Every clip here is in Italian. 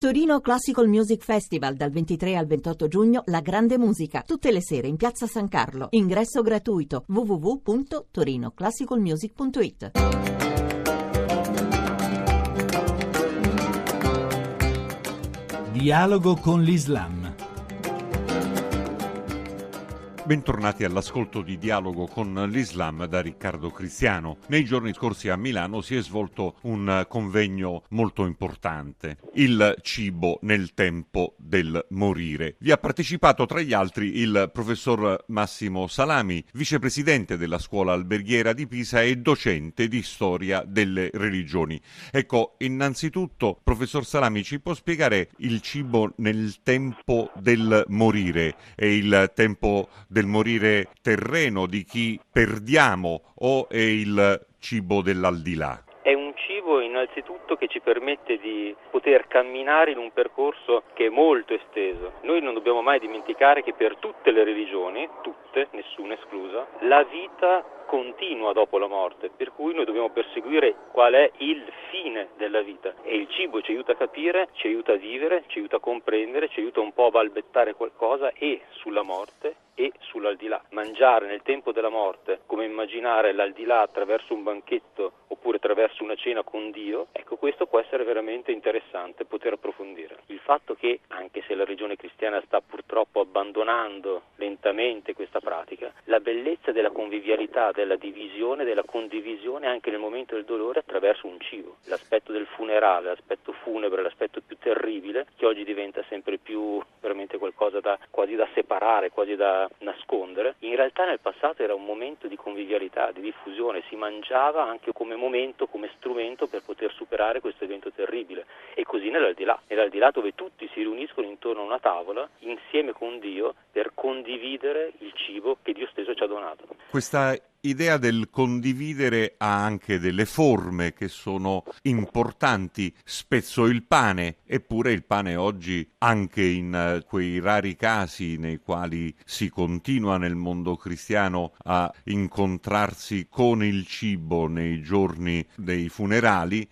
Torino Classical Music Festival dal 23 al 28 giugno, la grande musica, tutte le sere in Piazza San Carlo. Ingresso gratuito, www.torinoclassicalmusic.it. Dialogo con l'Islam. Bentornati all'ascolto di Dialogo con l'Islam da Riccardo Cristiano. Nei giorni scorsi a Milano si è svolto un convegno molto importante, il cibo nel tempo del morire. Vi ha partecipato tra gli altri il professor Massimo Salami, vicepresidente della scuola alberghiera di Pisa e docente di storia delle religioni. Ecco, innanzitutto, professor Salami, ci può spiegare il cibo nel tempo del morire e il tempo del morire terreno di chi perdiamo, o è il cibo dell'aldilà? È un cibo innanzitutto che ci permette di poter camminare in un percorso che è molto esteso. Noi non dobbiamo mai dimenticare che per tutte le religioni, tutte, nessuna esclusa, la vita continua dopo la morte, per cui noi dobbiamo perseguire qual è il fine della vita, e il cibo ci aiuta a capire, ci aiuta a vivere, ci aiuta a comprendere, ci aiuta un po' a balbettare qualcosa e sulla morte e sull'aldilà. Mangiare nel tempo della morte, come immaginare l'aldilà attraverso un banchetto oppure attraverso una cena con Dio, ecco, questo può essere veramente interessante poter approfondire. Il fatto che, anche se la religione cristiana sta purtroppo abbandonando lentamente questa pratica, la bellezza della convivialità, della divisione, della condivisione anche nel momento del dolore attraverso un cibo. L'aspetto del funerale, l'aspetto funebre, l'aspetto più terribile, che oggi diventa sempre più veramente qualcosa quasi da separare, quasi da nascondere, in realtà nel passato era un momento di convivialità, di diffusione, si mangiava anche come momento, come strumento per poter superare questo evento terribile. E così nell'aldilà dove tutti si riuniscono intorno a una tavola insieme con Dio per condividere il cibo che Dio stesso ci ha donato. Questa idea del condividere ha anche delle forme che sono importanti, spesso il pane, eppure il pane oggi, anche in quei rari casi nei quali si continua nel mondo cristiano a incontrarsi con il cibo nei giorni dei funerali,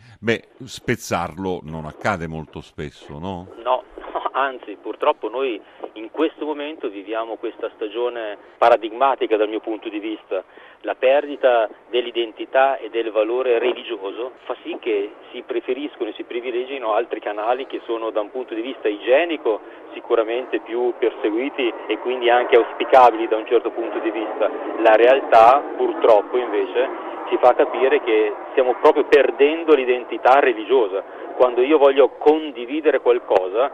spezzarlo non accade molto spesso, no? No, anzi, purtroppo noi in questo momento viviamo questa stagione paradigmatica dal mio punto di vista. La perdita dell'identità e del valore religioso fa sì che si preferiscono e si privilegino altri canali che sono, da un punto di vista igienico, sicuramente più perseguiti e quindi anche auspicabili da un certo punto di vista. La realtà, purtroppo, invece, ci fa capire che stiamo proprio perdendo l'identità religiosa. Quando io voglio condividere qualcosa,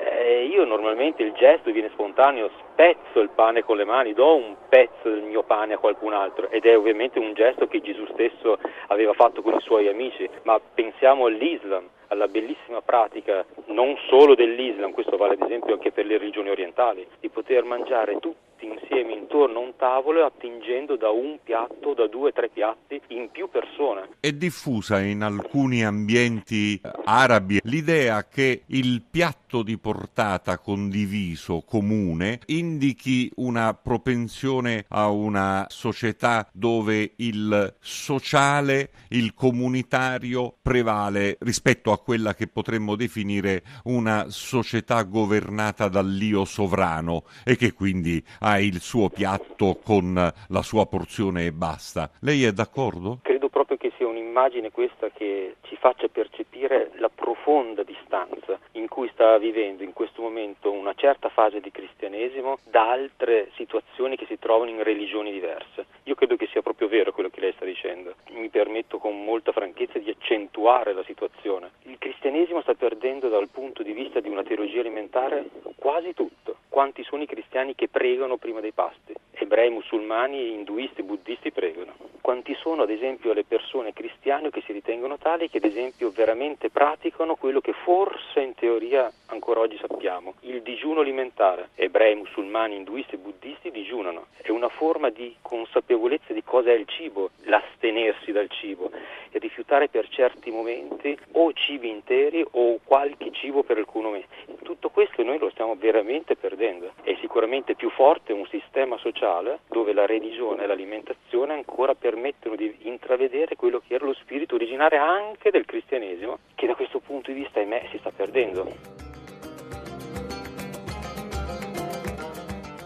io normalmente il gesto viene spontaneo, spezzo il pane con le mani, do un pezzo del mio pane a qualcun altro, ed è ovviamente un gesto che Gesù stesso aveva fatto con i suoi amici. Ma pensiamo all'Islam, alla bellissima pratica, non solo dell'Islam, questo vale ad esempio anche per le religioni orientali, di poter mangiare tutti insieme intorno a un tavolo attingendo da un piatto, da 2 o 3 piatti in più persone. È diffusa in alcuni ambienti arabi l'idea che il piatto di portata condiviso, comune, indichi una propensione a una società dove il sociale, il comunitario prevale rispetto a quella che potremmo definire una società governata dall'io sovrano e che quindi ha il suo piatto con la sua porzione e basta. Lei è d'accordo? Credo proprio che sia un'immagine questa che ci faccia percepire la profonda distanza in cui sta vivendo in questo momento una certa fase di cristianesimo da altre situazioni che si trovano in religioni diverse. Io credo che sia proprio vero quello che lei sta dicendo. Mi permetto con molta franchezza di accentuare la situazione. Il cristianesimo sta perdendo dal punto di vista di una teologia alimentare quasi tutto. Quanti sono i cristiani che pregano prima dei pasti? Ebrei, musulmani, induisti, buddisti pregano. Quanti sono ad esempio le persone cristiane che si ritengono tali che ad esempio veramente praticano quello che forse in teoria ancora oggi sappiamo, il digiuno alimentare. Ebrei, musulmani, induisti e buddisti digiunano. È una forma di consapevolezza di cosa è il cibo, l'astenersi dal cibo e rifiutare per certi momenti o cibi interi o qualche cibo per alcun momento. Tutto questo noi lo stiamo veramente perdendo. È sicuramente più forte un sistema sociale dove la religione e l'alimentazione ancora permettono di intravedere quello che era lo spirito originario anche del cristianesimo, che da questo punto di vista, ahimè, si sta perdendo.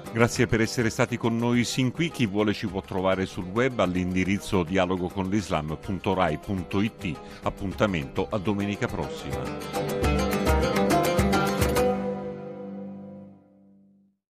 Grazie per essere stati con noi sin qui. Chi vuole ci può trovare sul web all'indirizzo dialogoconlislam.rai.it. Appuntamento a domenica prossima.